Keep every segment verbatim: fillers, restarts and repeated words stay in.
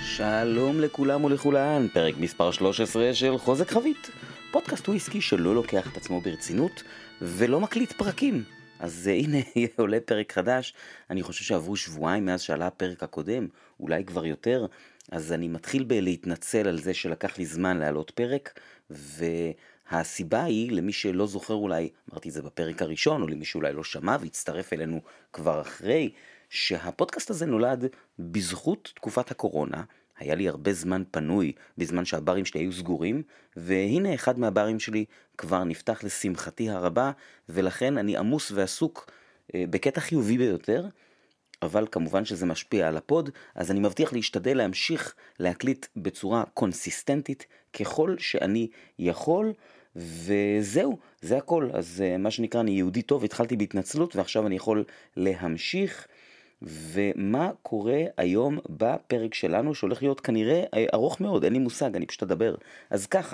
שלום לכולם ולכולן, פרק מספר שלוש עשרה של חוזק חבית, פודקאסט וויסקי שלא לוקח את עצמו ברצינות ולא מקליט פרקים. אז הנה עולה פרק חדש. אני חושב שעברו שבועיים מאז שעלה הפרק הקודם, אולי כבר יותר, אז אני מתחיל בלהתנצל על זה שלקח לי זמן להעלות פרק, והסיבה היא, למי שלא זוכר אולי, אמרתי את זה בפרק הראשון, או למי שאולי לא שמע והצטרף אלינו כבר אחרי, שהפודקאסט הזה נולד בזכות תקופת הקורונה. היה לי הרבה זמן פנוי בזמן שהברים שלי היו סגורים, והנה אחד מהברים שלי כבר נפתח לשמחתי הרבה, ולכן אני עמוס ועסוק בקטע חיובי ביותר, אבל כמובן שזה משפיע על הפוד, אז אני מבטיח להשתדל להמשיך להקליט בצורה קונסיסטנטית ככל שאני יכול, וזהו, זה הכל. אז מה שנקרא, אני יהודי טוב, התחלתי בהתנצלות ועכשיו אני יכול להמשיך. ומה קורה היום בפרק שלנו שהולך להיות כנראה ארוך מאוד, אין לי מושג, אני פשוט אדבר. אז ככה,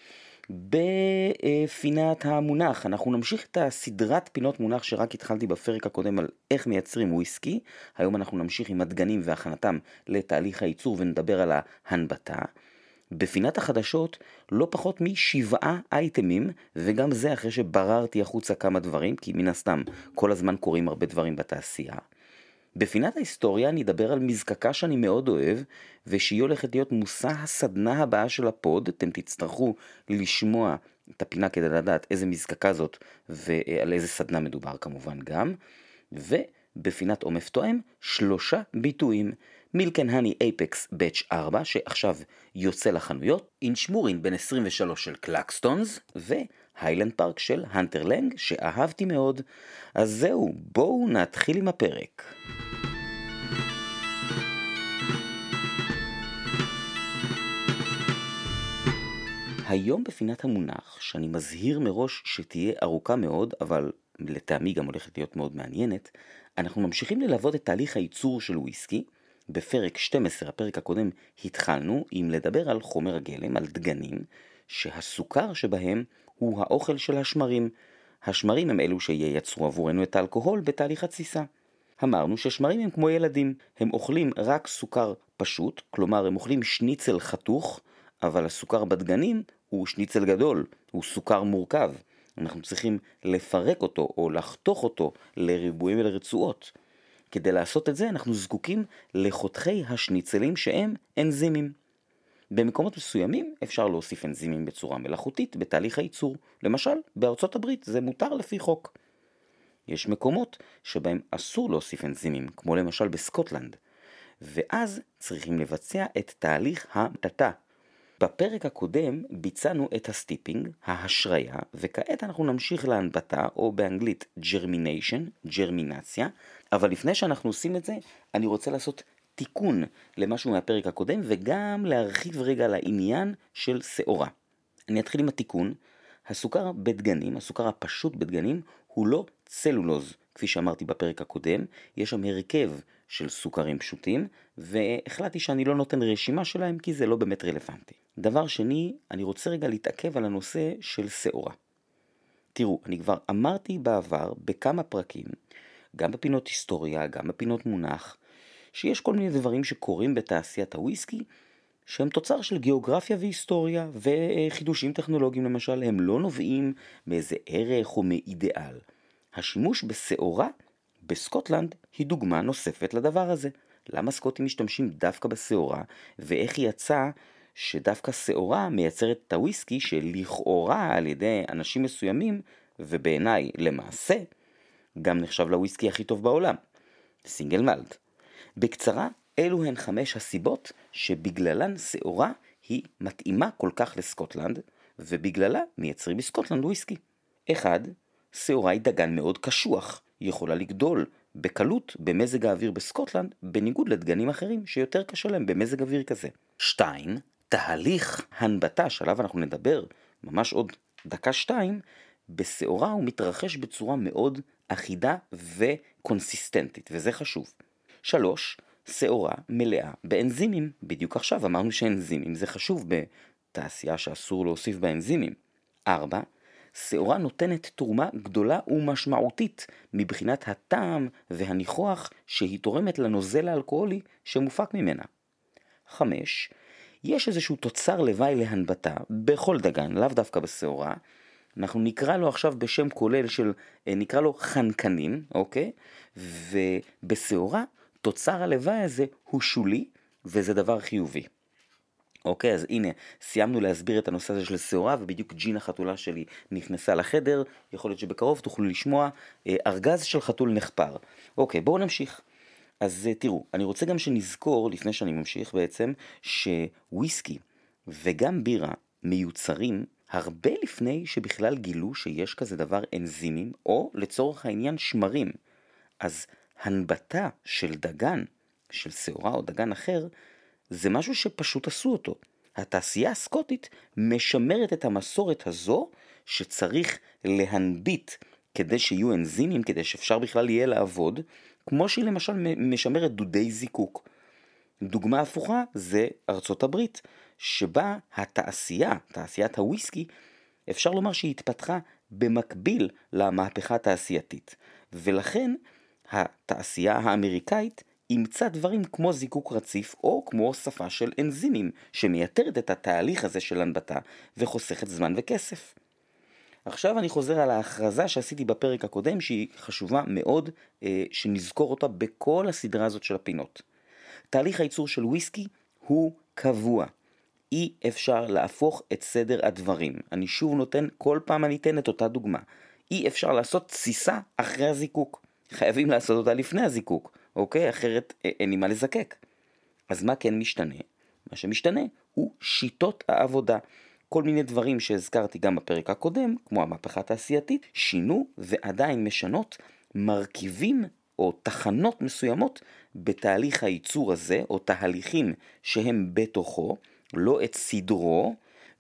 בפינת המונח, אנחנו נמשיך את הסדרת פינות מונח שרק התחלתי בפרק הקודם על איך מייצרים וויסקי. היום אנחנו נמשיך עם הדגנים והכנתם לתהליך הייצור ונדבר על ההנבטה. בפינת החדשות לא פחות משבעה אייטמים, וגם זה אחרי שבררתי החוצה כמה דברים, כי מן הסתם כל הזמן קורים הרבה דברים בתעשייה. בפינת ההיסטוריה אני אדבר על מזקקה שאני מאוד אוהב, ושהיא הולכת להיות מושא הסדנה הבאה של הפוד. אתם תצטרכו לשמוע את הפינה כדי לדעת איזה מזקקה זאת, ועל איזה סדנה מדובר כמובן גם. ובפינת עומף תואם, שלושה ביטויים. מילק אנד הני אייפקס באץ' ארבע, שעכשיו יוצא לחנויות, אינשמורין בן עשרים ושלוש של קלקסטונס, והיילנד פארק של הנטר לנג, שאהבתי מאוד. אז זהו, בואו נתחיל עם הפרק. היום בפינת המונח, שאני מזהיר מראש שתהיה ארוכה מאוד, אבל לטעמי גם הולכת להיות מאוד מעניינת, אנחנו ממשיכים ללוות את תהליך הייצור של וויסקי. בפרק שתים עשרה, הפרק הקודם, התחלנו עם לדבר על חומר הגלם, על דגנים, שהסוכר שבהם הוא האוכל של השמרים. השמרים הם אלו שייצרו עבורנו את האלכוהול בתהליך התסיסה. אמרנו ששמרים הם כמו ילדים, הם אוכלים רק סוכר פשוט, כלומר הם אוכלים שניצל חתוך, אבל הסוכר בדגנים הוא שניצל גדול, הוא סוכר מורכב. אנחנו צריכים לפרק אותו או לחתוך אותו לריבועים ולרצועות. כדי לעשות את זה אנחנו זקוקים לחותכי השניצלים שהם אנזימים. במקומות מסוימים אפשר להוסיף אנזימים בצורה מלאכותית בתהליך הייצור. למשל, בארצות הברית זה מותר לפי חוק. יש מקומות שבהם אסור להוסיף אנזימים, כמו למשל בסקוטלנד. ואז צריכים לבצע את תהליך ההמטטה. בפרק הקודם ביצענו את הסטיפינג, ההשריה, וכעת אנחנו נמשיך להנבטה, או באנגלית germination, ג'רמינציה. אבל לפני שאנחנו עושים את זה, אני רוצה לעשות תיקון למשהו מהפרק הקודם, וגם להרחיב רגע לעניין של שעורה. אני אתחיל עם התיקון. הסוכר בדגנים, הסוכר הפשוט בדגנים, הוא לא צלולוז, כפי שאמרתי בפרק הקודם. יש שם הרכב של סוכרים פשוטים, והחלטתי שאני לא נותן רשימה שלהם, כי זה לא באמת רלוונטי. דבר שני, אני רוצה רגע להתעכב על הנושא של שעורה. תראו, אני כבר אמרתי בעבר בכמה פרקים, גם בפינות היסטוריה, גם בפינות מונח, שיש כל מיני דברים שקורים בתעשיית הוויסקי, שהם תוצר של גיאוגרפיה והיסטוריה, וחידושים טכנולוגיים למשל, הם לא נובעים מאיזה ערך או מאידאל. השימוש בשעורה בסקוטלנד היא דוגמה נוספת לדבר הזה. למה סקוטים משתמשים דווקא בשעורה, ואיך יצא שדווקא שעורה מייצרת את הוויסקי שלכאורה על ידי אנשים מסוימים, ובעיניי למעשה, גם נחשב לוויסקי הכי טוב בעולם, סינגל מלט. בקצרה, אלו הן חמש הסיבות שבגללן שעורה היא מתאימה כל כך לסקוטלנד, ובגללה מייצרים בסקוטלנד וויסקי. אחד, שעורה היא דגן מאוד קשוח, היא יכולה לגדול בקלות במזג האוויר בסקוטלנד, בניגוד לדגנים אחרים שיותר קשה להם במזג אוויר כזה. שתיים, תהליך הנבטה, שעליו אנחנו נדבר ממש עוד דקה שתיים, בשעורה הוא מתרחש בצורה מאוד אחידה וקונסיסטנטית, וזה חשוב. שלוש, שעורה מלאה באנזימים. בדיוק עכשיו אמרנו שאנזימים זה חשוב בתעשייה שאסור להוסיף באנזימים. ארבע, שעורה נותנת תרומה גדולה ומשמעותית מבחינת הטעם והניחוח שהיא תורמת לנוזל האלכוהולי שמופק ממנה. חמש, יש איזשהו תוצר לוואי להנבטה בכל דגן, לאו דווקא בשעורה. אנחנו נקרא לו עכשיו בשם כולל של, נקרא לו חנקנים, אוקיי? ובשעורה תוצר הלוואי הזה הוא שולי, וזה דבר חיובי. אוקיי, אז הנה, סיימנו להסביר את הנושא הזה של שעורה, ובדיוק ג'ין החתולה שלי נכנסה לחדר, יכול להיות שבקרוב תוכלו לשמוע אה, ארגז של חתול נחפר. אוקיי, בואו נמשיך. אז אה, תראו, אני רוצה גם שנזכור, לפני שאני ממשיך בעצם, שוויסקי וגם בירה מיוצרים הרבה לפני שבכלל גילו שיש כזה דבר אנזימים, או לצורך העניין שמרים. אז הנבטה של דגן, של שעורה או דגן אחר, זה משהו שפשוט עשו אותו. התעשייה הסקוטית משמרת את המסורת הזו שצריך להנביט כדי שיהיו אנזימים, כדי שאפשר בכלל יהיה לעבוד, כמו שהיא למשל משמרת דודי זיקוק. דוגמה הפוכה זה ארצות הברית, שבה התעשייה, תעשיית הוויסקי, אפשר לומר שהיא התפתחה במקביל למהפכה התעשייתית. ולכן התעשייה האמריקאית ימצא דברים כמו זיקוק רציף או כמו הוספה של אנזימים שמייתרת את התהליך הזה של הנבטה וחוסכת זמן וכסף. עכשיו אני חוזר על ההכרזה שעשיתי בפרק הקודם שהיא חשובה מאוד אה, שנזכור אותה בכל הסדרה הזאת של הפינות. תהליך הייצור של וויסקי הוא קבוע. אי אפשר להפוך את סדר הדברים. אני שוב נותן, כל פעם אני אתן את אותה דוגמה. אי אפשר לעשות תסיסה אחרי הזיקוק. חייבים לעשות אותה לפני הזיקוק. אוקיי? אחרת אין לי מה לזקק. אז מה כן משתנה? מה שמשתנה הוא שיטות העבודה. כל מיני דברים שהזכרתי גם בפרק הקודם, כמו המהפכה התעשייתית, שינו ועדיין משנות מרכיבים או תחנות מסוימות בתהליך הייצור הזה, או תהליכים שהם בתוכו, לא את סדרו,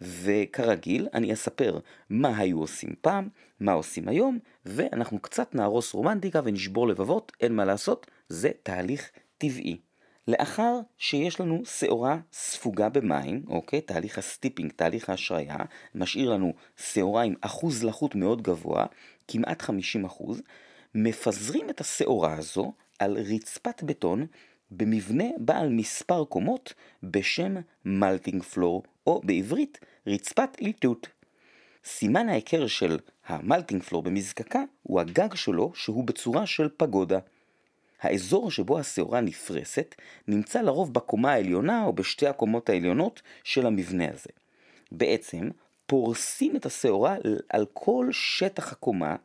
וכרגיל אני אספר מה היו עושים פעם, מה עושים היום, ואנחנו קצת נהרוס רומנטיקה ונשבור לבבות, אין מה לעשות, זה תהליך טבעי. לאחר שיש לנו שעורה ספוגה במים, אוקיי, תהליך הסטיפינג, תהליך ההשריה, משאיר לנו שעורה עם אחוז לחות מאוד גבוה, כמעט חמישים אחוז, מפזרים את השעורה הזו על רצפת בטון, במבנה בעל מספר קומות בשם מלטינג פלור, או בעברית רצפת ליטוט. סימן ההיכר של המלטינג פלור במזקקה הוא הגג שלו שהוא בצורה של פגודה. האזור שבו השעורה נפרסת נמצא לרוב בקומה העליונה או בשתי הקומות העליונות של המבנה הזה. בעצם פורסים את השעורה על כל שטח הקומה,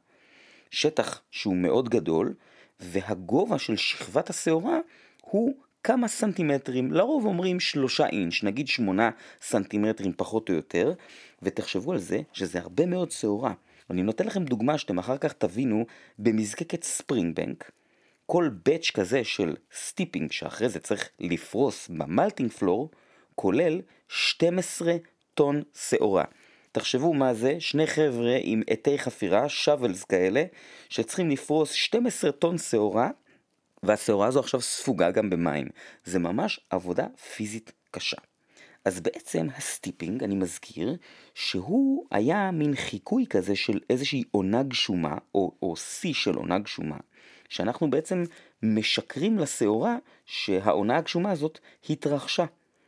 שטח שהוא מאוד גדול, והגובה של שכבת השעורה הוא כמה סנטימטרים, לרוב אומרים שלושה אינץ', נגיד שמונה סנטימטרים פחות או יותר, ותחשבו על זה שזה הרבה מאוד שעורה. אני נותן לכם דוגמה שאתם אחר כך תבינו במזקקת ספרינגבנק, כל בץ' כזה של סטיפינג שאחרי זה צריך לפרוס במלטינג פלור, כולל שתים עשרה טון שעורה. תחשבו מה זה, שני חבר'ה עם עטי חפירה, שוולס כאלה, שצריכים לפרוס שתים עשרה טון שעורה, והשעורה הזו עכשיו ספוגה גם במים. זה ממש עבודה פיזית קשה. אז בעצם הסטיפינג, אני מזכיר, שהוא היה מין חיקוי כזה של איזושהי עונה גשומה, או, או סי של עונה גשומה, שאנחנו בעצם משקרים לשעורה שהעונה הגשומה הזאת התרחשה.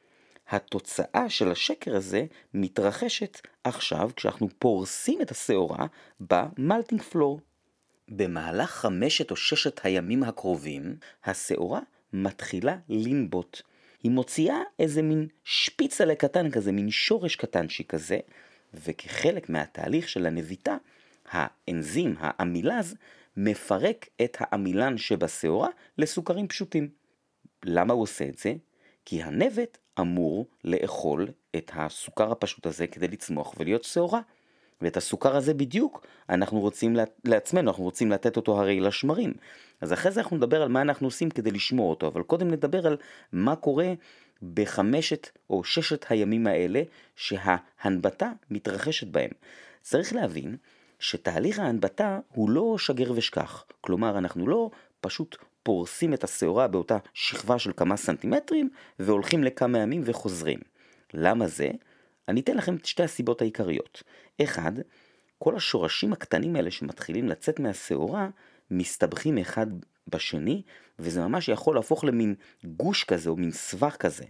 התוצאה של השקר הזה מתרחשת עכשיו כשאנחנו פורסים את השעורה במלטינג פלור. במהלך חמשת או ששת הימים הקרובים, השעורה מתחילה לנבוט. היא מוציאה איזה מין שפיצלה קטן כזה, מין שורש קטנצ'י כזה, וכחלק מהתהליך של הנביטה, האנזים, האמילאז, מפרק את האמילן שבשעורה לסוכרים פשוטים. למה הוא עושה את זה? כי הנבט אמור לאכול את הסוכר הפשוט הזה כדי לצמוח ולהיות שעורה. ואת הסוכר הזה בדיוק אנחנו רוצים לעצמנו, אנחנו רוצים לתת אותו הרי לשמרים. אז אחרי זה אנחנו נדבר על מה אנחנו עושים כדי לשמור אותו, אבל קודם נדבר על מה קורה בחמשת או ששת הימים האלה שההנבטה מתרחשת בהם. צריך להבין שתהליך ההנבטה הוא לא שגר ושכח, כלומר אנחנו לא פשוט פורסים את השעורה באותה שכבה של כמה סנטימטרים והולכים לכמה ימים וחוזרים. למה זה? אני אתן לכם את שתי הסיבות העיקריות. אחד, כל השורשים הקטנים האלה שמתחילים לצאת מהשעורה מסתבכים אחד בשני, וזה ממש יכול להפוך למין גוש כזה או מין סבך כזה.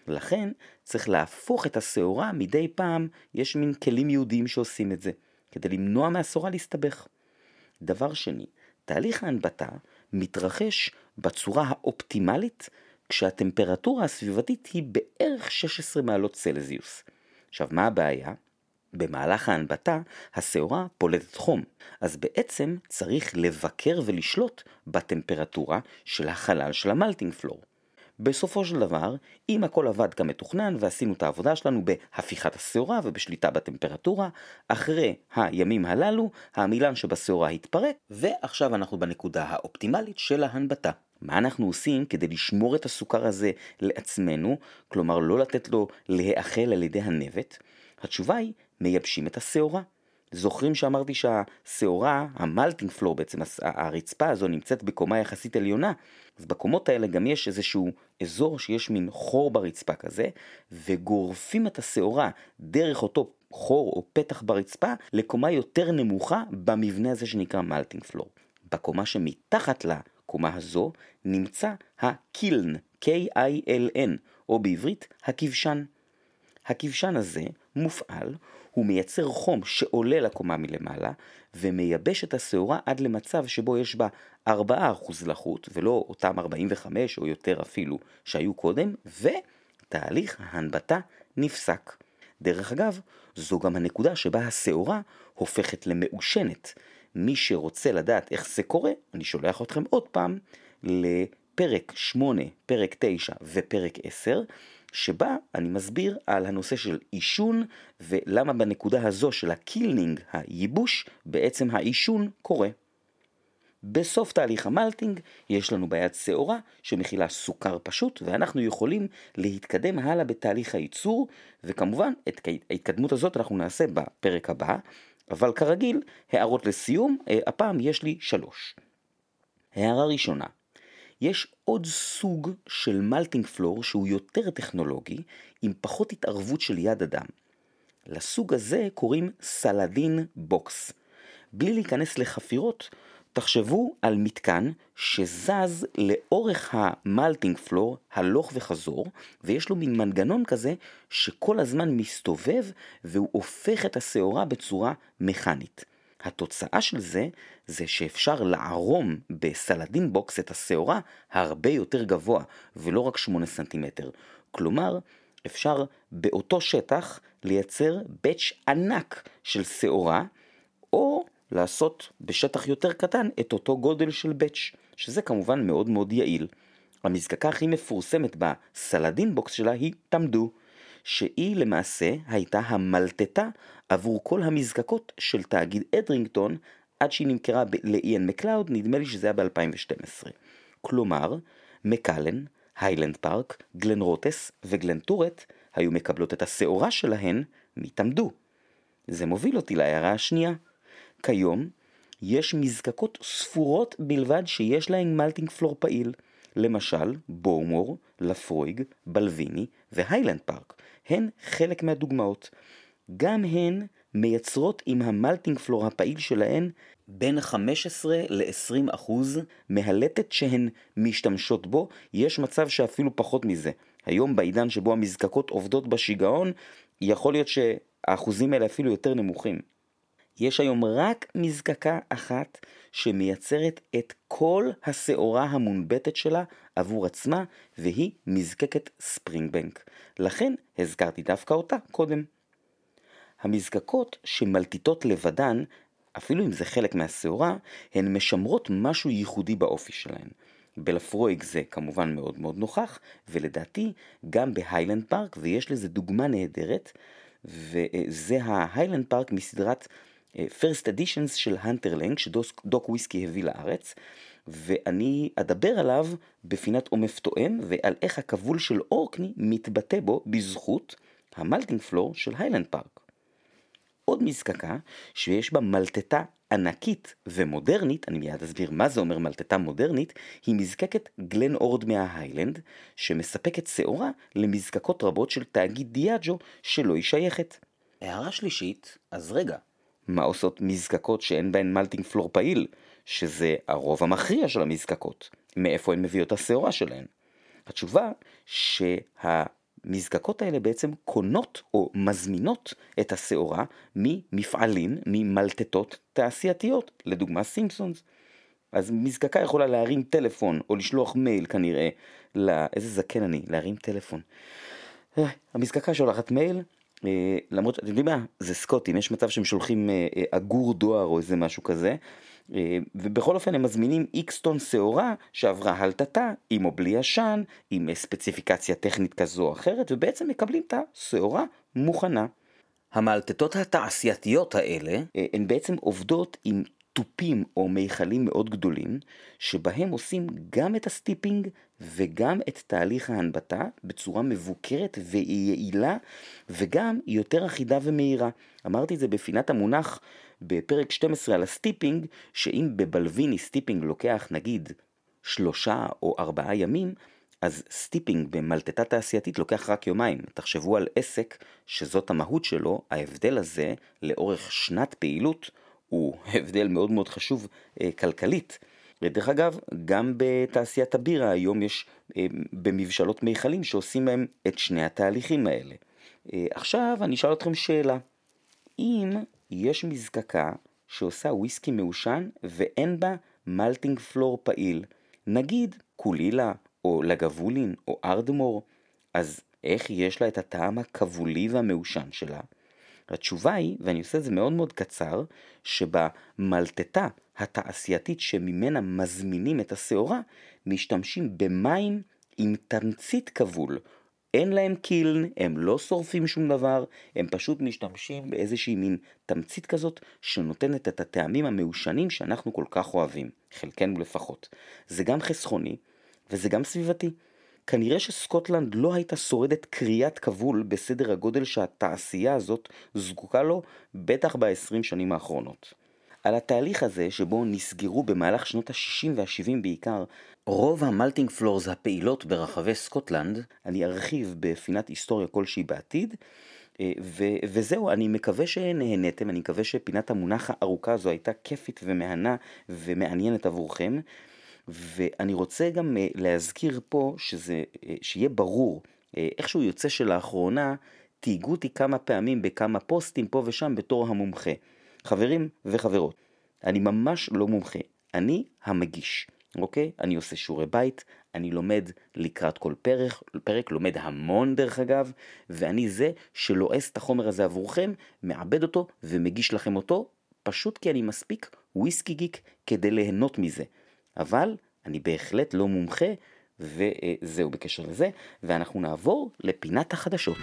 לכן צריך להפוך את השעורה מדי פעם, יש מין כלים יהודיים שעושים את זה, כדי למנוע מהשעורה להסתבך. דבר שני, תהליך ההנבטה מתרחש בצורה האופטימלית, כשהטמפרטורה הסביבתית היא בערך שש עשרה מעלות צלזיוס. עכשיו, מה הבעיה? במהלך ההנבטה השעורה פולטת חום, אז בעצם צריך לבקר ולשלוט בטמפרטורה של החלל של המלטינג פלור. בסופו של דבר, אם הכל עבד כמתוכנן ועשינו את העבודה שלנו בהפיכת השעורה ובשליטה בטמפרטורה, אחרי הימים הללו המילן שבשעורה התפרק, ועכשיו אנחנו בנקודה האופטימלית של ההנבטה. מה אנחנו עושים כדי לשמור את הסוכר הזה לעצמנו, כלומר לא לתת לו להאכל על ידי הנבט? התשובה היא, מייבשים את השעורה. זוכרים שאמרתי שהשעורה, המלטינג פלור, בעצם הרצפה הזו נמצאת בקומה יחסית עליונה, אז בקומות האלה גם יש איזשהו אזור שיש מין חור ברצפה כזה, וגורפים את השעורה דרך אותו חור או פתח ברצפה לקומה יותר נמוכה במבנה הזה שנקרא מלטינג פלור. בקומה שמתחת לקומה הזו נמצא הקילן, K-I-L-N, או בעברית הכבשן. הכבשן הזה מופעל, הוא מייצר חום שעולה לקומה מלמעלה, ומייבש את השעורה עד למצב שבו יש בה ארבעה אחוז לחות, ולא אותם ארבעים וחמש או יותר אפילו שהיו קודם, ותהליך ההנבטה נפסק. דרך אגב, זו גם הנקודה שבה השעורה הופכת למאושנת. מי שרוצה לדעת איך זה קורה, אני שולח אתכם עוד פעם לפרק שמונה, פרק תשע ופרק עשר, שבה אני מסביר על הנושא של עישון, ולמה בנקודה הזו של הקילנינג, הייבוש, בעצם העישון קורה. בסוף תהליך המלטינג יש לנו ביד שעורה שמכילה סוכר פשוט, ואנחנו יכולים להתקדם הלאה בתהליך הייצור, וכמובן את ההתקדמות הזאת אנחנו נעשה בפרק הבא, אבל כרגיל, הערות לסיום, הפעם יש לי שלוש. הערה ראשונה, יש עוד סוג של מלטינג פלור שהוא יותר טכנולוגי, עם פחות התערבות של יד אדם. לסוג הזה קוראים סלדין בוקס. בלי להיכנס לחפירות, תחשבו על מתקן שזז לאורך המלטינג פלור הלוך וחזור, ויש לו מין מנגנון כזה שכל הזמן מסתובב והוא הופך את השעורה בצורה מכנית. התוצאה של זה, זה שאפשר לערום בסלדין בוקס את השעורה הרבה יותר גבוה, ולא רק שמונה סנטימטר. כלומר, אפשר באותו שטח לייצר בץ' ענק של שעורה, או לעשות בשטח יותר קטן את אותו גודל של בץ', שזה כמובן מאוד מאוד יעיל. המזקקה הכי מפורסמת בסלדין בוקס שלה היא תמדו, שהיא למעשה הייתה המלטטה עבור כל המזקקות של תאגיד אדרינגטון, עד שהיא נמכרה לאיין מקלאוד, נדמה לי שזה היה ב-אלפיים ושתים עשרה. כלומר, מקלן, היילנד פארק, גלן רוטס וגלן טורט היו מקבלות את השעורה שלהן מתמדו. זה מוביל אותי להערה השנייה. כיום יש מזקקות ספורות בלבד שיש להן מלטינג פלור פעיל, למשל בואומור, לפרויג, בלוויני והיילנד פארק, הן חלק מהדוגמאות. גם הן מייצרות עם המלטינג פלור הפעיל שלהן בין חמש עשרה ל-עשרים אחוז מהלטת שהן משתמשות בו, יש מצב שאפילו פחות מזה. היום בעידן שבו המזקקות עובדות בשיגעון, יכול להיות שהאחוזים האלה אפילו יותר נמוכים. יש היום רק מזקקה אחת שמייצרת את כל השעורה המונבטת שלה עבור עצמה, והיא מזקקת ספרינגבנק. לכן הזכרתי דווקא אותה קודם. המזקקות שמלטיטות לבדן, אפילו אם זה חלק מהשעורה, הן משמרות משהו ייחודי באופי שלהן. בלפרויג זה כמובן מאוד מאוד נוכח, ולדעתי גם בהיילנד פארק, ויש לזה דוגמה נהדרת, וזה ההיילנד פארק מסדרת First Editions של הנטרלנג שדוק וויסקי הביא לארץ, ואני אדבר עליו בפינת עומף תואם, ועל איך הכבול של אורקני מתבטא בו בזכות המלטינג פלור של היילנד פארק. עוד מזקקה שיש בה מלטטה ענקית ומודרנית, אני מיד אסביר מה זה אומר מלטטה מודרנית, היא מזקקת גלן אורד מההיילנד, שמספקת שעורה למזקקות רבות של תאגיד דיאג'ו שלא היא שייכת. הערה שלישית, אז רגע, מה עושות מזקקות שאין בהן מלטינג פלור פעיל, שזה הרוב המכריע של המזקקות? מאיפה הן מביאות השעורה שלהן? התשובה שהמזקקות המזקקות האלה בעצם קונות או מזמינות את השעורה ממפעלים, ממלטטות תעשייתיות, לדוגמה סימפסונס. אז מזקקה יכולה להרים טלפון או לשלוח מייל כנראה, לא... איזה זקן אני, להרים טלפון. המזקקה שולחת מייל, אה, למרות שאתם יודעים מה, זה סקוטים, יש מצב שהם שולחים אה, אה, אגור דואר או איזה משהו כזה, אה, ובכל אופן הם מזמינים איקס טון שעורה שעברה הלטתה, עם או בלי עשן, עם ספציפיקציה טכנית כזו או אחרת, ובעצם מקבלים את השעורה מוכנה. המלטטות התעשייתיות האלה, אה, הן בעצם עובדות עם טופים או מיכלים מאוד גדולים, שבהם עושים גם את הסטיפינג וגם את תהליך ההנבטה בצורה מבוקרת ויעילה, וגם יותר אחידה ומהירה. אמרתי את זה בפינת המונח בפרק שתים עשרה על הסטיפינג, שאם בבלוויני סטיפינג לוקח נגיד שלושה או ארבעה ימים, אז סטיפינג במלטטה תעשייתית לוקח רק יומיים. תחשבו על עסק שזאת המהות שלו, ההבדל הזה לאורך שנת פעילות, הוא הבדל מאוד מאוד חשוב אה, כלכלית. דרך אגב, גם בתעשיית הבירה היום יש אה, במבשלות מיכלים שעושים להם את שני התהליכים האלה. אה, עכשיו אני אשאל אתכם שאלה. אם יש מזקקה שעושה וויסקי מעושן ואין בה מלטינג פלור פעיל, נגיד קולילה או לגבולין או ארדמור, אז איך יש לה את הטעם הכבולי והמעושן שלה? התשובה היא, ואני עושה את זה מאוד מאוד קצר, שבמלטטה התעשייתית שממנה מזמינים את השעורה, משתמשים במים עם תמצית כבול. אין להם קילן, הם לא שורפים שום דבר, הם פשוט משתמשים באיזושהי מין תמצית כזאת, שנותנת את הטעמים המעושנים שאנחנו כל כך אוהבים, חלקנו לפחות. זה גם חסכוני, וזה גם סביבתי. כנראה שסקוטלנד לא הייתה שורדת קריאת כבול בסדר הגודל שהתעשייה הזאת זקוקה לו, בטח ב-עשרים שנים האחרונות. על התהליך הזה, שבו נסגרו במהלך שנות ה-שישים וה-שבעים בעיקר, רוב המלטינג פלורס הפעילות ברחבי סקוטלנד, אני ארחיב בפינת היסטוריה כלשהי בעתיד, ו- וזהו, אני מקווה שנהנתם, אני מקווה שפינת המונח הארוכה הזו הייתה כיפית ומהנה ומעניינת עבורכם, ואני רוצה גם להזכיר פה שזה, שיהיה ברור, איכשהו יוצא שלאחרונה תהיגו אותי כמה פעמים בכמה פוסטים פה ושם בתור המומחה. חברים וחברות, אני ממש לא מומחה, אני המגיש, אוקיי? אני עושה שיעורי בית, אני לומד לקראת כל פרק, פרק לומד המון דרך אגב, ואני זה שלועס את החומר הזה עבורכם, מעבד אותו ומגיש לכם אותו, פשוט כי אני מספיק וויסקי גיק כדי ליהנות מזה. אבל אני בהחלט לא מומחה, וזהו בקשר לזה, ואנחנו נעבור לפינת החדשות.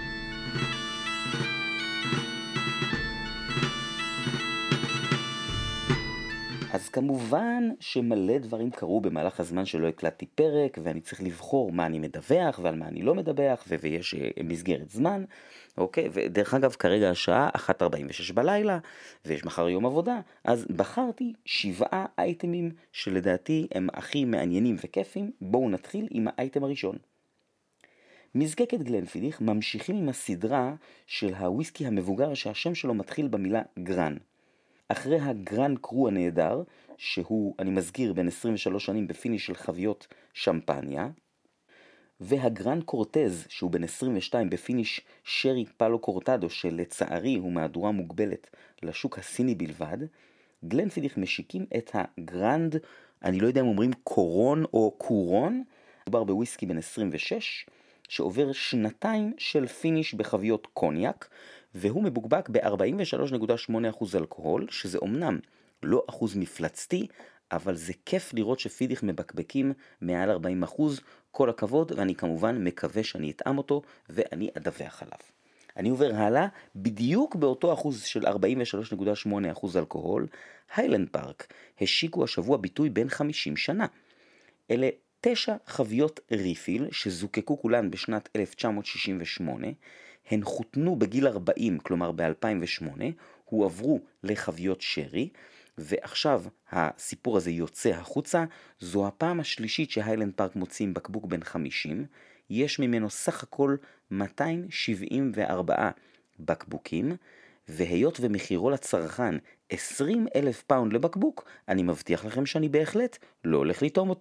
אז כמובן שמלא דברים קרו במהלך הזמן שלא הקלטתי פרק, ואני צריך לבחור מה אני מדווח ועל מה אני לא מדווח, ו- ויש מסגרת זמן, אוקיי? ודרך אגב, כרגע השעה אחת ארבעים ושש בלילה, ויש מחר יום עבודה, אז בחרתי שבעה אייטמים שלדעתי הם הכי מעניינים וכיפים. בואו נתחיל עם האייטם הראשון. מזקקת גלנפידיך ממשיכים עם הסדרה של הוויסקי המבוגר שהשם שלו מתחיל במילה גרן. אחרי הגרן קרו הנהדר, שהוא, אני מזכיר, בין עשרים ושלוש שנים בפיניש של חביות שמפניה, והגרן קורטז, שהוא בין עשרים ושתיים בפיניש שרי פלו קורטדו, שלצערי הוא מהדורה מוגבלת לשוק הסיני בלבד, גלנפידיך משיקים את הגרנד, אני לא יודע אם אומרים קורון או קורון, מדובר בוויסקי בין עשרים ושש, שעובר שנתיים של פיניש בחביות קוניאק, והוא מבוקבק ב-ארבעים ושלוש נקודה שמונה אחוז אלכוהול, שזה אומנם לא אחוז מפלצתי, אבל זה כיף לראות שפידיך מבקבקים מעל ארבעים אחוז, כל הכבוד, ואני כמובן מקווה שאני אטעם אותו, ואני אדווח עליו. אני עובר הלאה, בדיוק באותו אחוז של ארבעים ושלוש נקודה שמונה אחוז אלכוהול, היילנד פארק השיקו השבוע ביטוי בין חמישים שנה. אלה תשע חביות ריפיל שזוקקו כולן בשנת אלף תשע מאות שישים ושמונה, הן חותנו בגיל ארבעים, כלומר ב-אלפיים ושמונה, הועברו לחביות שרי, ועכשיו הסיפור הזה יוצא החוצה. זו הפעם השלישית שהיילנד פארק מוצאים בקבוק בן חמישים, יש ממנו סך הכל מאתיים שבעים וארבעה בקבוקים, והיות ומחירו לצרכן עשרים אלף פאונד לבקבוק, אני מבטיח לכם שאני בהחלט לא הולך לטעום אותו.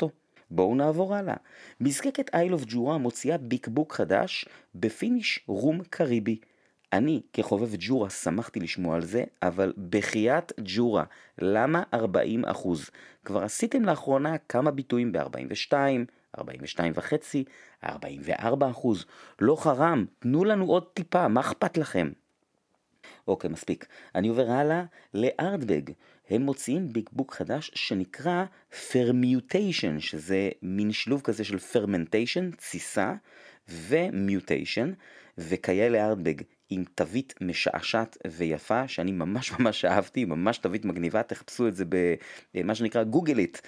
בואו נעבור הלאה. מזקקת Isle of Jura מוציאה ביקבוק חדש בפיניש רום קריבי. אני כחובב ג'ורה שמחתי לשמוע על זה, אבל בחייאת ג'ורה, למה ארבעים אחוז? כבר עשיתם לאחרונה כמה ביטויים ב-ארבעים ושתיים, ארבעים ושתיים וחצי, ארבעים וארבע אחוז. לא חרם, תנו לנו עוד טיפה, מה אכפת לכם? אוקיי, מספיק. אני עובר הלאה לארדבג. הם מוציאים ביקבוק חדש שנקרא פרמיוטיישן, שזה מין שילוב כזה של פרמנטיישן, תסיסה, ומיוטיישן, וכאלה ארדבג עם תווית משעשעת ויפה, שאני ממש ממש אהבתי, ממש תווית מגניבה, תחפשו את זה במה שנקרא גוגלית,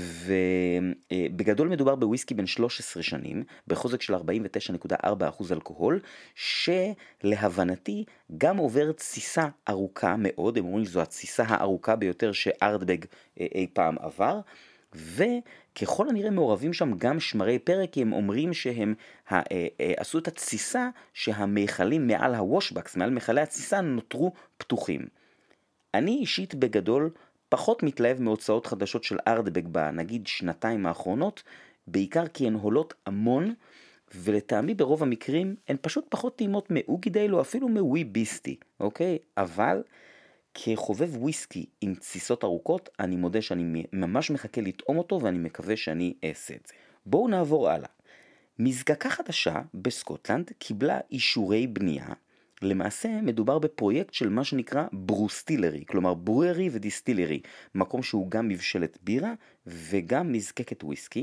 ובגדול מדובר בוויסקי בן שלוש עשרה שנים, בחוזק של ארבעים ותשע נקודה ארבע אחוז אלכוהול, שלהבנתי גם עובר תסיסה ארוכה מאוד, הם אומרים שזו התסיסה הארוכה ביותר שארדבג אי פעם עבר, וככל הנראה מעורבים שם גם שמרי פרק, כי הם אומרים שהם עשו את התסיסה שהמיכלים מעל הוושבקס, מעל מיכלי התסיסה, נותרו פתוחים. אני אישית בגדול פחות מתלהב מהוצאות חדשות של ארדבג בנגיד שנתיים האחרונות, בעיקר כי הן עולות המון, ולטעמי ברוב המקרים הן פשוט פחות טעימות מאוגידייל או אפילו מווי ביסטי, אוקיי? אבל כחובב וויסקי עם תסיסות ארוכות, אני מודה שאני ממש מחכה לטעום אותו, ואני מקווה שאני אעשה את זה. בואו נעבור הלאה. מזקקה חדשה בסקוטלנד קיבלה אישורי בנייה. למעשה מדובר בפרויקט של מה שנקרא ברוסטילרי, כלומר ברוארי ודיסטילרי, מקום שהוא גם מבשלת בירה וגם מזקקת וויסקי.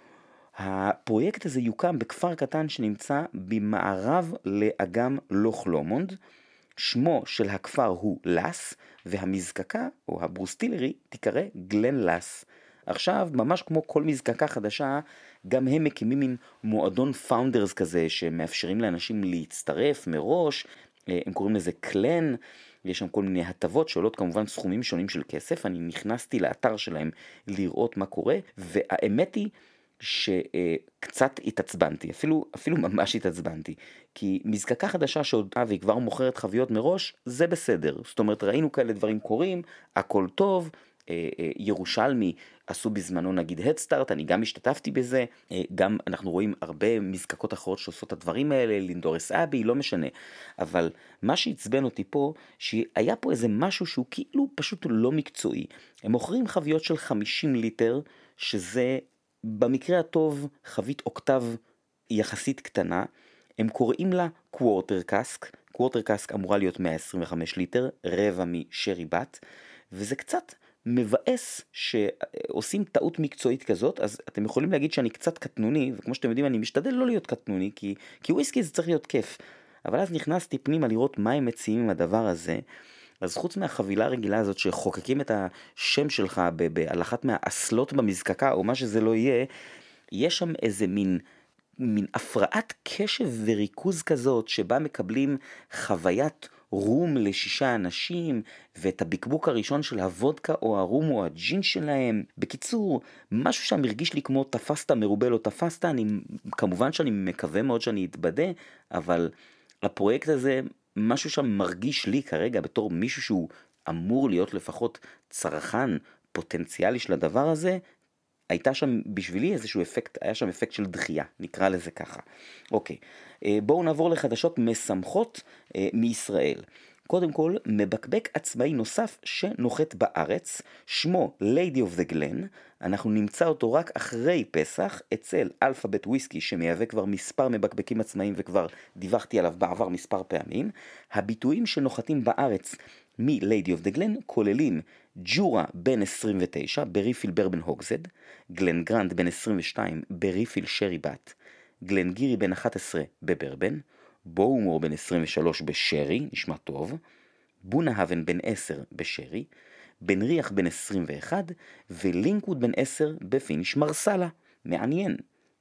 הפרויקט הזה יוקם בכפר קטן שנמצא במערב לאגם לוך לומונד. שמו של הכפר הוא לס, והמזקקה או הברוסטילרי תיקרא גלן לס. עכשיו, ממש כמו כל מזקקה חדשה, גם הם מקימים מין מועדון פאונדרס כזה, שמאפשרים לאנשים להצטרף מראש, הם קוראים לזה קלן, יש שם כל מיני הטבות שעולות כמובן סכומים שונים של כסף. אני נכנסתי לאתר שלהם לראות מה קורה, והאמת היא שקצת התעצבנתי, אפילו, אפילו ממש התעצבנתי, כי מזקקה חדשה שעוד והיא כבר מוכרת חביות מראש, זה בסדר. זאת אומרת, ראינו כאלה דברים קורים, הכל טוב, ירושלמי עשו בזמנו נגיד הדסטארט, אני גם השתתפתי בזה, גם אנחנו רואים הרבה מזקקות אחרות שעושות את הדברים האלה, לינדורס אבי, לא משנה, אבל מה שהצבן אותי פה, שהיה פה איזה משהו שהוא כאילו פשוט לא מקצועי. הם מוכרים חביות של חמישים ליטר, שזה במקרה הטוב חבית אוקטב יחסית קטנה, הם קוראים לה קוורטר קאסק, קוורטר קאסק אמורה להיות מאה עשרים וחמש ליטר, רבע משרי בת, וזה קצת מבאס שעושים טעות מקצועית כזאת. אז אתם יכולים להגיד שאני קצת קטנוני, וכמו שאתם יודעים אני משתדל לא להיות קטנוני, כי, כי וויסקי זה צריך להיות כיף, אבל אז נכנסתי פנימה לראות מה הם מציעים עם הדבר הזה. אז חוץ מהחבילה הרגילה הזאת שחוקקים את השם שלך על אחת מהאסלות במזקקה או מה שזה לא יהיה, יש שם איזה מין, מין הפרעת קשב וריכוז כזאת שבה מקבלים חוויית רום לשישה אנשים, ואת הבקבוק הראשון של הוודקה או הרום או הג'ין שלהם. בקיצור, משהו שם הרגיש לי כמו תפסת מרובה לא תפסת. אני, כמובן שאני מקווה מאוד שאני אתבדה, אבל הפרויקט הזה, משהו שם מרגיש לי כרגע בתור מישהו שהוא אמור להיות לפחות צרכן פוטנציאלי של הדבר הזה, הייתה שם בשבילי איזשהו אפקט, היה שם אפקט של דחייה, נקרא לזה ככה. אוקיי, בואו נעבור לחדשות משמחות מישראל. קודם כל, מבקבק עצמאי נוסף שנוחת בארץ, שמו Lady of the Glen, אנחנו נמצא אותו רק אחרי פסח, אצל אלפאבית וויסקי שמייבא כבר מספר מבקבקים עצמאיים וכבר דיווחתי עליו בעבר מספר פעמים. הביטויים שנוחתים בארץ מ-Lady of the Glen כוללים ג'ורה בן עשרים ותשע בריפיל ברבן הוגזד, גלן גרנד בן עשרים ושתיים בריפיל שרי בת, גלן גירי בן אחת עשרה בברבן, בואומור בן עשרים ושלוש בשרי, נשמע טוב, בונהבן בן עשר בשרי, בן ריח בן עשרים ואחת, ולינקווד בן עשר בפיניש מרסלה. מעניין.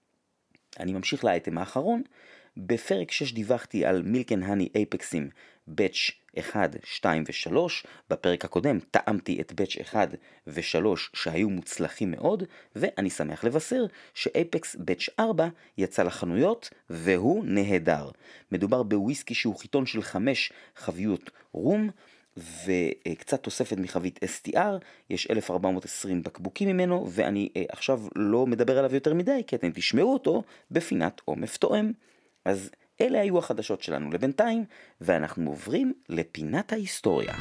אני ממשיך לאייטם האחרון. בפרק שש דיווחתי על מילקן הני אייפקסים בץ' אחד, שתיים ושלוש. בפרק הקודם טעמתי את בץ' אחד ושלוש שהיו מוצלחים מאוד, ואני שמח לבשר שאייפקס בץ' ארבע יצא לחנויות והוא נהדר. מדובר בוויסקי שהוא חיתון של חמש חביות רום, וקצת תוספת מחבית אס טי אר, יש אלף ארבע מאות ועשרים בקבוקים ממנו, ואני עכשיו לא מדבר עליו יותר מדי, כי אתם תשמעו אותו בפינת עומף תואם. אז אלה היו החדשות שלנו לבינתיים, ואנחנו עוברים לפינת ההיסטוריה.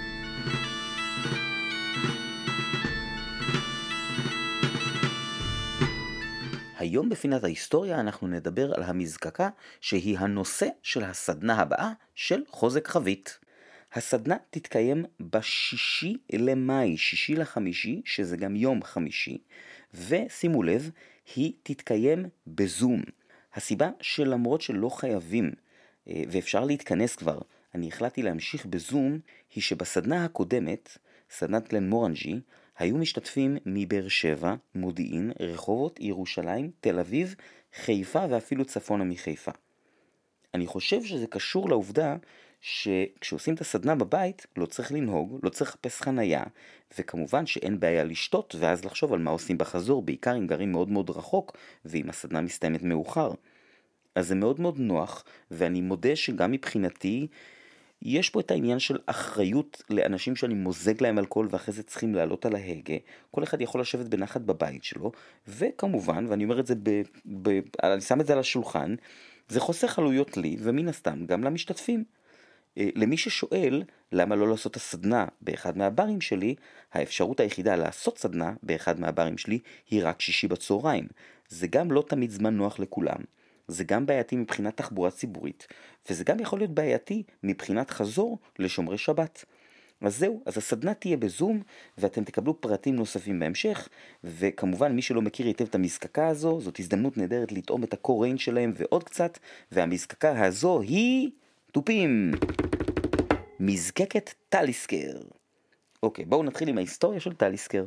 היום בפינת ההיסטוריה אנחנו נדבר על המזקקה שהיא הנושא של הסדנה הבאה של חוזק חבית. הסדנה תתקיים בשישי למאי, שישי לחמישי, שזה גם יום חמישי, ושימו לב, היא תתקיים בזום. הסיבה שלמרות שלא חייבים ואפשר להתכנס כבר, אני החלטתי להמשיך בזום, היא שבסדנה הקודמת, סדנת גלנמורנג'י, היו משתתפים מבאר שבע, מודיעין, רחובות, ירושלים, תל אביב, חיפה ואפילו צפונה מחיפה. אני חושב שזה קשור לעובדה שכשעושים את הסדנה בבית לא צריך לנהוג, לא צריך לחפש חנייה, וכמובן שאין בעיה לשתות ואז לחשוב על מה עושים בחזור, בעיקר אם גרים מאוד מאוד רחוק ואם הסדנה מסתיימת מאוחר. אז זה מאוד מאוד נוח, ואני מודה שגם מבחינתי יש פה את העניין של אחריות לאנשים שאני מוזג להם אלכוהול ואחרי זה צריכים לעלות על ההגה. כל אחד יכול לשבת בנחת בבית שלו, וכמובן, ואני אומר את זה, ב, ב, אני שם את זה על השולחן, זה חוסך עלויות לי ומן הסתם גם למשתתפים. למי ששואל למה לא לעשות הסדנה באחד מהברים שלי, האפשרות היחידה לעשות סדנה באחד מהברים שלי היא רק שישי בצהריים. זה גם לא תמיד זמן נוח לכולם. זה גם בעייתי מבחינת תחבורה ציבורית, וזה גם יכול להיות בעייתי מבחינת חזור לשומרי שבת. אז זהו, אז הסדנה תהיה בזום, ואתם תקבלו פרטים נוספים בהמשך, וכמובן מי שלא מכיר היטב את המזקקה הזו, זאת הזדמנות נהדרת לטעום את הקור ריין שלהם ועוד קצת, והמזקקה הזו היא טופים. מזקקת טליסקר. אוקיי, בואו נתחיל עם ההיסטוריה של טליסקר.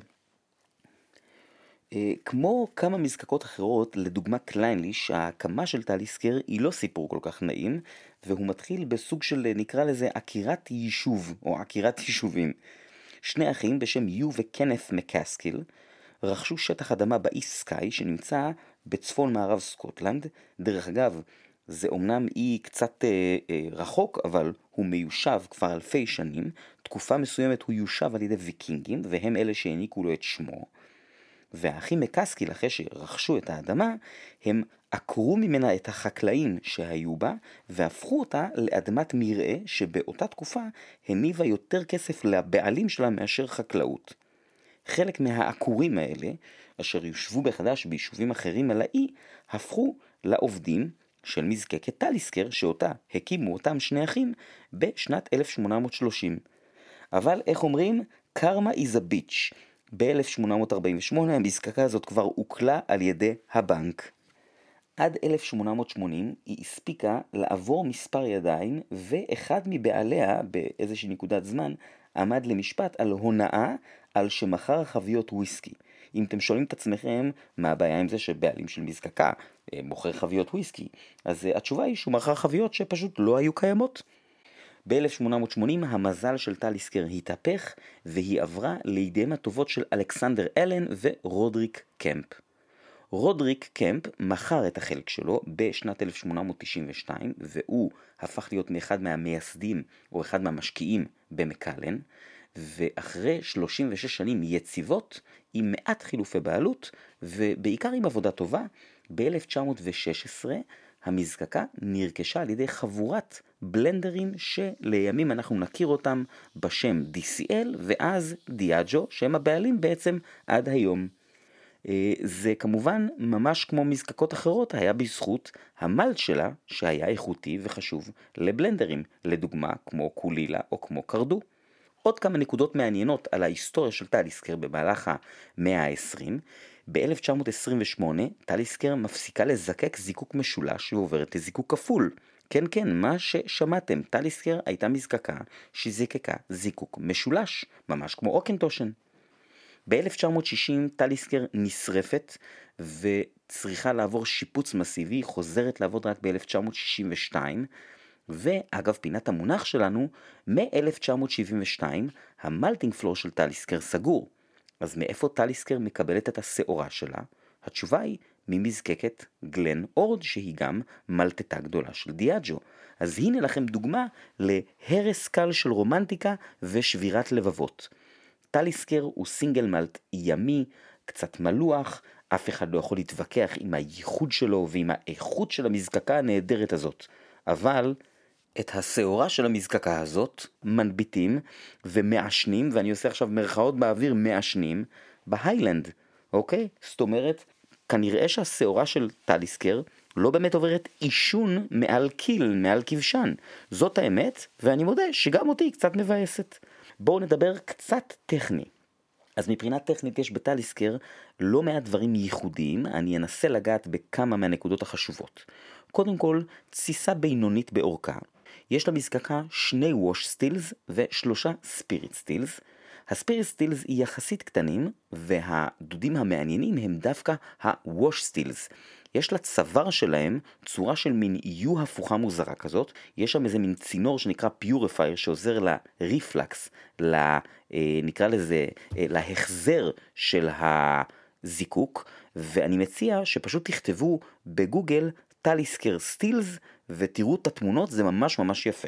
כמו כמה מזקקות אחרות, לדוגמה קליינליש, ההקמה של טליסקר היא לא סיפור כל כך נעים, והוא מתחיל בסוג של, נקרא לזה, עקירת יישוב, או עקירת יישובים. שני אחים בשם יו וקנת מקסקיל, רכשו שטח אדמה באי סקאי, שנמצא בצפון מערב סקוטלנד. דרך אגב, זה אומנם אי קצת אה, אה, רחוק, אבל הוא מיושב כבר אלפי שנים. תקופה מסוימת הוא יושב על ידי ויקינגים, והם אלה שהעניקו לו את שמו. והאחים מקסקיל, אחרי שרכשו את האדמה, הם עקרו ממנה את החקלאים שהיו בה, והפכו אותה לאדמת מרעה שבאותה תקופה הניבה יותר כסף לבעלים שלה מאשר חקלאות. חלק מהעקורים האלה, אשר יושבו בחדש ביישובים אחרים על האי, הפכו לעובדים של מזקקת טליסקר, שאותה הקימו אותם שני אחים בשנת אלף שמונה מאות ושלושים. אבל איך אומרים? קרמה is a bitch. ב-אלף שמונה מאות ארבעים ושמונה המזקקה הזאת כבר הוקלה על ידי הבנק. עד אלף שמונה מאות ושמונים היא הספיקה לעבור מספר ידיים, ואחד מבעליה באיזושהי נקודת זמן עמד למשפט על הונאה על שמכר חביות וויסקי. אם אתם שואלים את עצמכם מה הבעיה עם זה שבעלים של מזקקה מוכר חביות וויסקי, אז התשובה היא שהוא מכר חביות שפשוט לא היו קיימות. ב-אלף שמונה מאות ושמונים המזל של טליסקר התהפך, והיא עברה לידיהם הטובות של אלכסנדר אלן ורודריק קמפ. רודריק קמפ מכר את החלק שלו בשנת אלף שמונה מאות תשעים ושתיים, והוא הפך להיות מאחד מהמייסדים או אחד מהמשקיעים במקלן, ואחרי שלושים ושש שנים יציבות, עם מעט חילופי בעלות, ובעיקר עם עבודה טובה, ב-אלף תשע מאות ושש עשרה המזקקה נרכשה על ידי חבורת בלנדרים שלימים אנחנו נכיר אותם בשם די סי אל ואז דיאג'ו, שהם הבעלים בעצם עד היום. זה כמובן ממש כמו מזקקות אחרות, היה בזכות המלט שלה שהיה איכותי וחשוב לבלנדרים, לדוגמה כמו קולילה או כמו קרדו. עוד כמה נקודות מעניינות על ההיסטוריה של טליסקר במהלך המאה ה-עשרים. ב-אלף תשע מאות עשרים ושמונה טליסקר מפסיקה לזקק זיקוק משולש ועוברת לזיקוק כפול. כן כן, מה ששמעתם, טליסקר הייתה מזקקה שזיקקה זיקוק משולש, ממש כמו אוקינטושן. ב-אלף תשע מאות שישים טליסקר נשרפת וצריכה לעבור שיפוץ מסיבי, היא חוזרת לעבוד רק ב-אלף תשע מאות שישים ושתיים, ואגב פינת המונח שלנו, מ-אלף תשע מאות שבעים ושתיים המלטינג פלור של טליסקר סגור. אז מאיפה טליסקר מקבלת את השעורה שלה? התשובה היא ממזקקת גלן אורד, שהיא גם מלטטה גדולה של דיאג'ו. אז הנה לכם דוגמה להרס קל של רומנטיקה ושבירת לבבות. טליסקר הוא סינגל מלט ימי, קצת מלוח, אף אחד לא יכול להתווכח עם הייחוד שלו ועם האיכות של המזקקה הנהדרת הזאת. אבל את השעורה של המזקקה הזאת מנביטים ומעשנים, ואני עושה עכשיו מרכאות באוויר, מעשנים בהיילנד, אוקיי? זאת אומרת, כנראה שהשעורה של טליסקר לא באמת עוברת אישון מעל קיל, מעל כבשן. זאת האמת, ואני מודה שגם אותי היא קצת מבאסת. בואו נדבר קצת טכני. אז מבחינה טכנית יש בטליסקר לא מעט דברים ייחודיים, אני אנסה לגעת בכמה מהנקודות החשובות. קודם כל, תסיסה בינונית באורכה. יש למזקקה שני ווש סטילס ושלושה ספיריט סטילס. הספיריט סטילס היא יחסית קטנים, והדודים המעניינים הם דווקא הווש סטילס. יש לצוואר שלהם צורה של מין איו הפוכה מוזרה כזאת, יש שם איזה מין צינור שנקרא פיוריפייר שעוזר לריפלקס, נקרא לזה, להחזר של הזיקוק, ואני מציע שפשוט תכתבו בגוגל טליסקר סטילס ותראו את התמונות, זה ממש ממש יפה.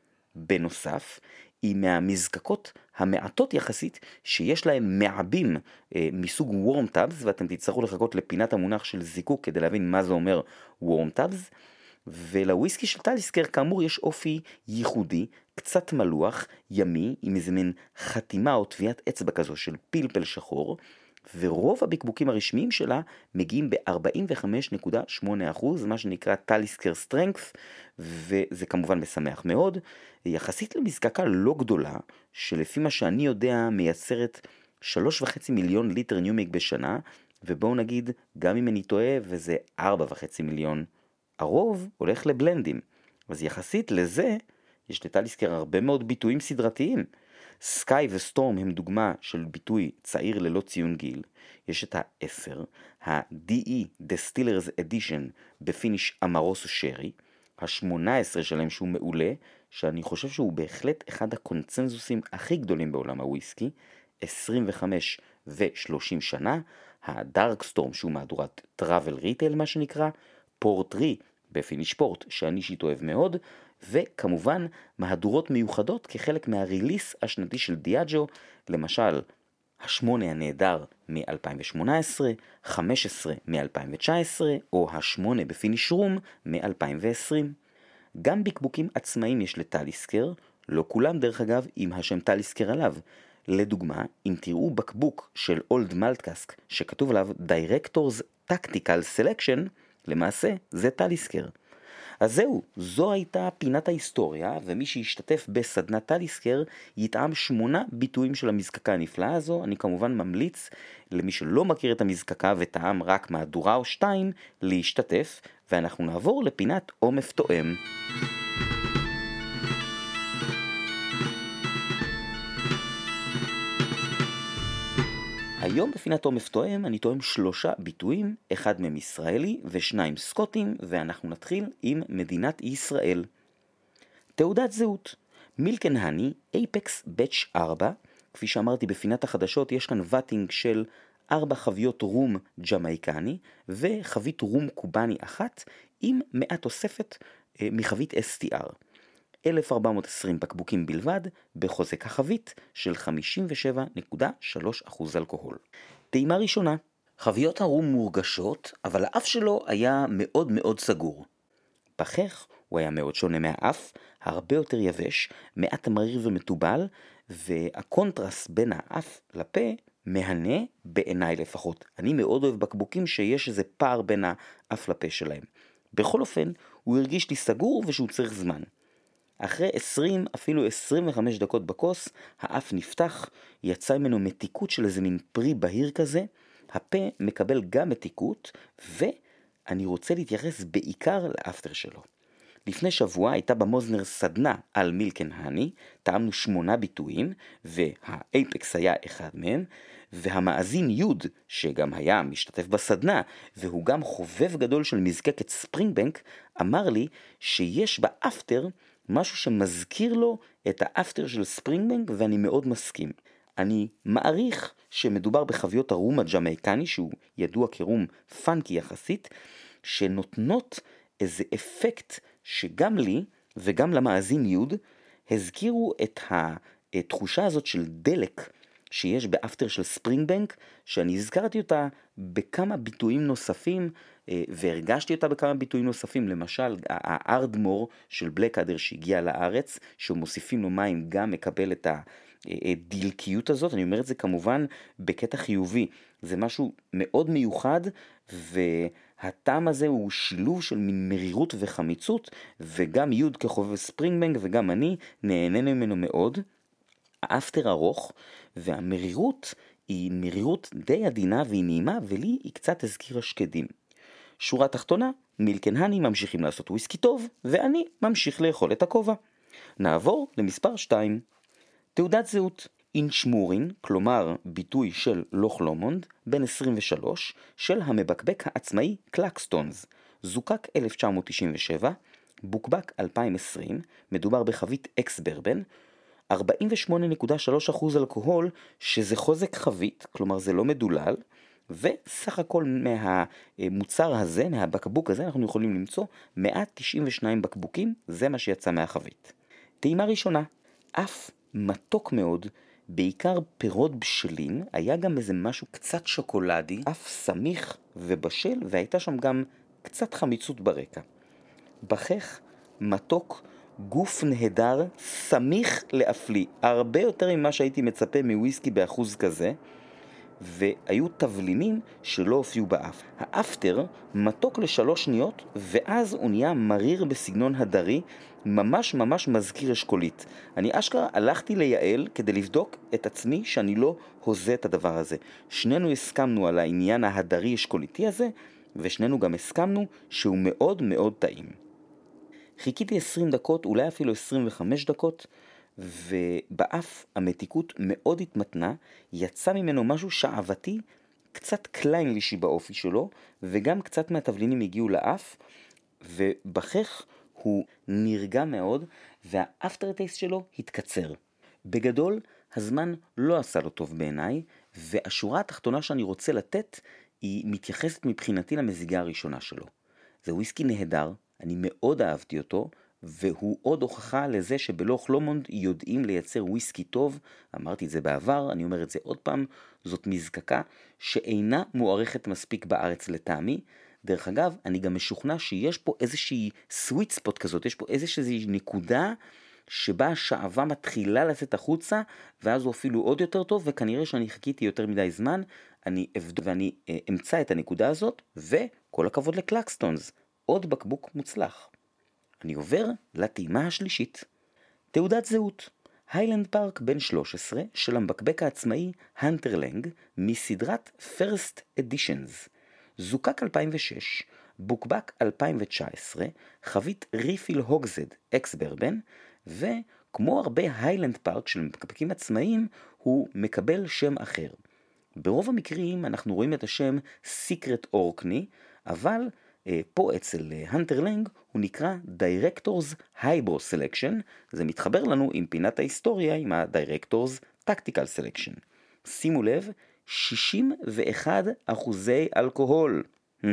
בנוסף, היא מהמזקקות המעטות יחסית שיש להם מעבים אה, מסוג וורם טאבס, ואתם תצטרכו לחכות לפינת המונח של זיקוק כדי להבין מה זה אומר וורם טאבס. ולוויסקי של טליסקר כאמור יש אופי ייחודי, קצת מלוח, ימי, עם איזה מין חתימה או טביעת אצבע כזו של פלפל שחור, ורוב הבקבוקים הרשמיים שלה מגיעים ב-ארבעים וחמש נקודה שמונה אחוז, מה שנקרא טליסקר סטרנגת', וזה כמובן משמח מאוד. יחסית למזקקה לא גדולה, שלפי מה שאני יודע מייצרת שלוש וחצי מיליון ליטר ניומייק בשנה, ובואו נגיד, גם אם אני טועה, וזה ארבע וחצי מיליון, הרוב הולך לבלנדים. אז יחסית לזה, יש לטליסקר הרבה מאוד ביטויים סדרתיים. סקאי וסטורם הם דוגמה של ביטוי צעיר ללא ציון גיל. יש את ה-עשר, ה-די אי Distillers Edition בפיניש אמרוסו שרי, ה-שמונה עשרה שלהם שהוא מעולה, שאני חושב שהוא בהחלט אחד הקונצנזוסים הכי גדולים בעולם הוויסקי, עשרים וחמש ו-שלושים שנה, הדארק סטורם שהוא מהדורת טראבל ריטייל מה שנקרא, פורט רי בפיניש פורט שאני אישית אוהב מאוד, וכמובן מהדורות מיוחדות כחלק מהריליס השנתי של דיאג'ו, למשל השמונה הנהדר מ-אלפיים ושמונה עשרה, חמש עשרה מ-אלפיים תשע עשרה או השמונה בפיניש רום מ-אלפיים ועשרים. גם בקבוקים עצמאיים יש לטליסקר, לא כולם דרך אגב עם השם טליסקר עליו. לדוגמה, אם תראו בקבוק של אולד מלטקסק שכתוב עליו Directors Tactical Selection, למעשה זה טליסקר. אז זהו, זו הייתה פינת ההיסטוריה, ומי שישתתף בסדנת טליסקר יטעם שמונה ביטויים של המזקקה הנפלאה הזו. אני כמובן ממליץ למי שלא מכיר את המזקקה וטעם רק מהדורה או שתיים להשתתף, ואנחנו נעבור לפינת עומף תואם. היום בפינת עומף תואם אני תואם שלושה ביטויים, אחד מהם ישראלי ושניים סקוטים, ואנחנו נתחיל עם מדינת ישראל. תעודת זהות, מילקן הני, אייפקס בץ' ארבע, כפי שאמרתי בפינת החדשות יש כאן וטינג של ארבע חביות רום ג'מייקני וחבית רום קובני אחת עם מעט תוספת אה, מחבית אס טי אר. אלף ארבע מאות ועשרים בקבוקים בלבד, בחוזק החבית של חמישים ושבע נקודה שלוש אחוז אלכוהול. טעימה ראשונה, חביות הרום מורגשות, אבל האף שלו היה מאוד מאוד סגור. פחך הוא היה מאוד שונה מהאף, הרבה יותר יבש, מעט מריר ומטובל, והקונטרסט בין האף לפה מהנה בעיניי לפחות. אני מאוד אוהב בקבוקים שיש איזה פער בין האף לפה שלהם. בכל אופן, הוא הרגיש לי סגור ושהוא צריך זמן. אחרי עשרים, אפילו עשרים וחמש דקות בכוס, האף נפתח, יצא ממנו מתיקות של איזה מין פרי בהיר כזה, הפה מקבל גם מתיקות, ואני רוצה להתייחס בעיקר לאפטר שלו. לפני שבוע הייתה במוזנר סדנה על מילקן הני, טעמנו שמונה ביטויים, והאייפקס היה אחד מהם, והמאזין יוד, שגם היה משתתף בסדנה, והוא גם חובב גדול של מזקקת ספרינגבנק, אמר לי שיש באפטר משהו שמזכיר לו את האפטר של ספרינגבנק, ואני מאוד מסכים. אני מעריך שמדובר בחביות הרום הג'מייקני, שהוא ידוע כרום פאנקי יחסית, שנותנות איזה אפקט שגם לי וגם למאזין יוד הזכירו את התחושה הזאת של דלק שיש באפטר של ספרינגבנק, שאני הזכרתי אותה בכמה ביטויים נוספים, והרגשתי אותה בכמה ביטויים נוספים, למשל הארדמור של בלקאדר שהגיע לארץ, שמוסיפים לו מים גם מקבל את הדלקיות הזאת. אני אומר את זה כמובן בקטע חיובי, זה משהו מאוד מיוחד, והטעם הזה הוא שילוב של מין מרירות וחמיצות, וגם יוד כחובב ספרינגבנק וגם אני נהנה ממנו מאוד. האפטר ארוך, והמרירות היא מרירות די עדינה והיא נעימה, ולי היא קצת הזכירה שקדים. שורה תחתונה, מילקנהני ממשיכים לעשות וויסקי טוב, ואני ממשיך לאכול את הכובע. נעבור למספר שתיים. תעודת זהות. אינשמורין, כלומר ביטוי של לוך לומונד, בן עשרים ושלוש, של המבקבק העצמאי קלקסטונס. זוקק אלף תשע מאות תשעים ושבע, בוקבק אלפיים ועשרים, מדובר בחבית אקס ברבן, ארבעים ושמונה נקודה שלוש אחוז אלכוהול, שזה חוזק חבית, כלומר זה לא מדולל, וסך הכל מהמוצר הזה, מהבקבוק הזה, אנחנו יכולים למצוא מאה תשעים ושניים בקבוקים, זה מה שיצא מהחבית. טעימה ראשונה, אף מתוק מאוד, בעיקר פירות בשלים, היה גם איזה משהו קצת שוקולדי, אף סמיך ובשל, והייתה שם גם קצת חמיצות ברקע. בכך, מתוק, גוף נהדר, סמיך לאפלי, הרבה יותר ממה שהייתי מצפה מוויסקי באחוז כזה, והיו תבלינים שלא הופיעו באף. האפטר מתוק לשלוש שניות, ואז הוא נהיה מריר בסגנון הדרי, ממש ממש מזכיר אשכולית. אני אשכרה הלכתי ליעל כדי לבדוק את עצמי שאני לא הוזה את הדבר הזה. שנינו הסכמנו על העניין ההדרי אשכוליתי הזה, ושנינו גם הסכמנו שהוא מאוד מאוד טעים. חיכיתי עשרים דקות, אולי אפילו עשרים וחמש דקות, ובאף המתיקות מאוד התמתנה, יצא ממנו משהו שעבתי, קצת קליינלישי באופי שלו, וגם קצת מהתבלינים הגיעו לאף, ובכך הוא נרגע מאוד, והאפטר טייסט שלו התקצר. בגדול, הזמן לא עשה לו טוב בעיניי, והשורה התחתונה שאני רוצה לתת, היא מתייחסת מבחינתי למזיגה הראשונה שלו. זה וויסקי נהדר, אני מאוד אהבתי אותו, והוא עוד הוכחה לזה שבלוך לומונד יודעים לייצר וויסקי טוב. אמרתי את זה בעבר, אני אומר את זה עוד פעם, זאת מזקקה שאינה מוערכת מספיק בארץ לטעמי. דרך אגב, אני גם משוכנע שיש פה איזושהי סוויט ספוט כזאת, יש פה איזושהי נקודה שבה השעבה מתחילה לצאת החוצה, ואז הוא אפילו עוד יותר טוב, וכנראה שאני חיכיתי יותר מדי זמן, אני אבדוק ואני אה, אמצא את הנקודה הזאת, וכל הכבוד לקלקסטונס, עוד בקבוק מוצלח. אני עובר לטעימה השלישית. תעודת זהות. היילנד פארק בן שלוש עשרה של המבקבק העצמאי הנטרלנג מסדרת First Editions. זוקק אלפיים ושש, בוקבק אלפיים ותשע עשרה, חבית ריפיל הוגזד אקס ברבן, וכמו הרבה היילנד פארק של מבקבקים עצמאיים, הוא מקבל שם אחר. ברוב המקרים אנחנו רואים את השם סיקרט אורקני, אבל פה אצל הנטרלנג הוא נקרא Directors Highbrow Selection, זה מתחבר לנו עם פינת ההיסטוריה עם ה-Directors Tactical Selection. שימו לב, שישים ואחד אחוזי אלכוהול.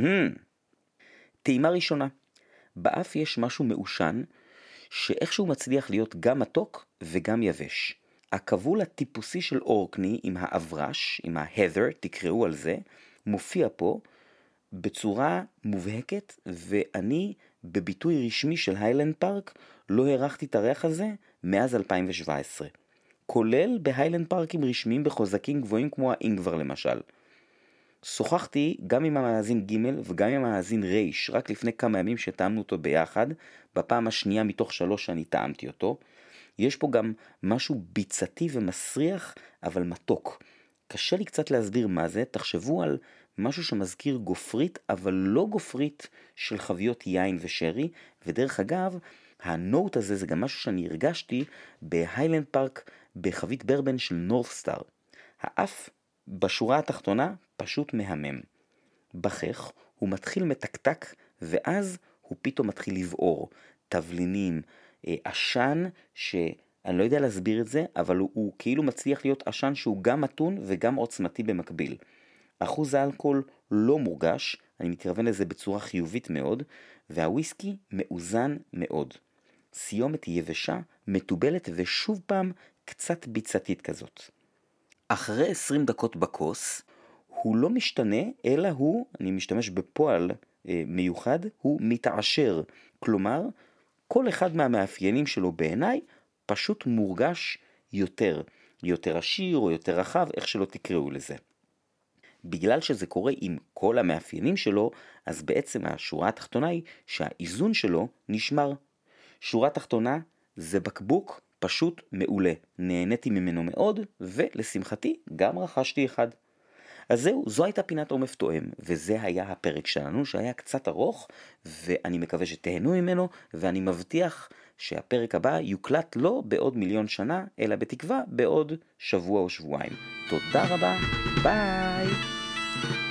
טעימה ראשונה, באף יש משהו מעושן, שאיכשהו מצליח להיות גם מתוק וגם יבש. הכבול הטיפוסי של אורקני עם האברש, עם ההת'ר, תקראו על זה, מופיע פה, בצורה מובהקת, ואני בביטוי רשמי של היילנד פארק לא הרחתי את הריח הזה מאז אלפיים ושבע עשרה, כולל בהיילנד פארקים רשמיים בחוזקים גבוהים כמו האינגבר למשל. שוחחתי גם עם המאזין ג' וגם עם המאזין רייש רק לפני כמה ימים שטעמנו אותו ביחד, בפעם השנייה מתוך שלוש שאני טעמתי אותו. יש פה גם משהו ביצתי ומסריח אבל מתוק. קשה לי קצת להסביר מה זה, תחשבו על משהו שמזכיר גופרית, אבל לא גופרית של חביות יין ושרי, ודרך אגב, הנוט הזה זה גם משהו שאני הרגשתי בהיילנד פארק בחבית ברבן של נורת'סטאר. האף בשורה התחתונה פשוט מהמם. בכך הוא מתחיל מתקתק, ואז הוא פתאום מתחיל לבעור. תבלינים, עשן, שאני אני לא יודע להסביר את זה, אבל הוא, הוא כאילו מצליח להיות עשן שהוא גם מתון וגם עוצמתי במקביל. אחוז האלכוהול לא מורגש, אני מתכוון לזה בצורה חיובית מאוד, והוויסקי מאוזן מאוד. סיומת יבשה, מטובלת ושוב פעם קצת ביצתית כזאת. אחרי עשרים דקות בכוס, הוא לא משתנה, אלא הוא, אני משתמש בפועל אה, מיוחד, הוא מתעשר. כלומר, כל אחד מהמאפיינים שלו בעיניי פשוט מורגש יותר. יותר עשיר או יותר רחב, איך שלא תקראו לזה. בגלל שזה קורה עם כל המאפיינים שלו, אז בעצם השורה התחתונה היא שהאיזון שלו נשמר. שורה תחתונה זה בקבוק פשוט מעולה. נהניתי ממנו מאוד, ולשמחתי גם רכשתי אחד. אז זהו, זו הייתה פינת עומף תואם, וזה היה הפרק שלנו שהיה קצת ארוך, ואני מקווה שתהנו ממנו, ואני מבטיח שהפרק הבא יוקלט לא בעוד מיליון שנה, אלא בתקווה בעוד שבוע או שבועיים. תודה רבה, ביי!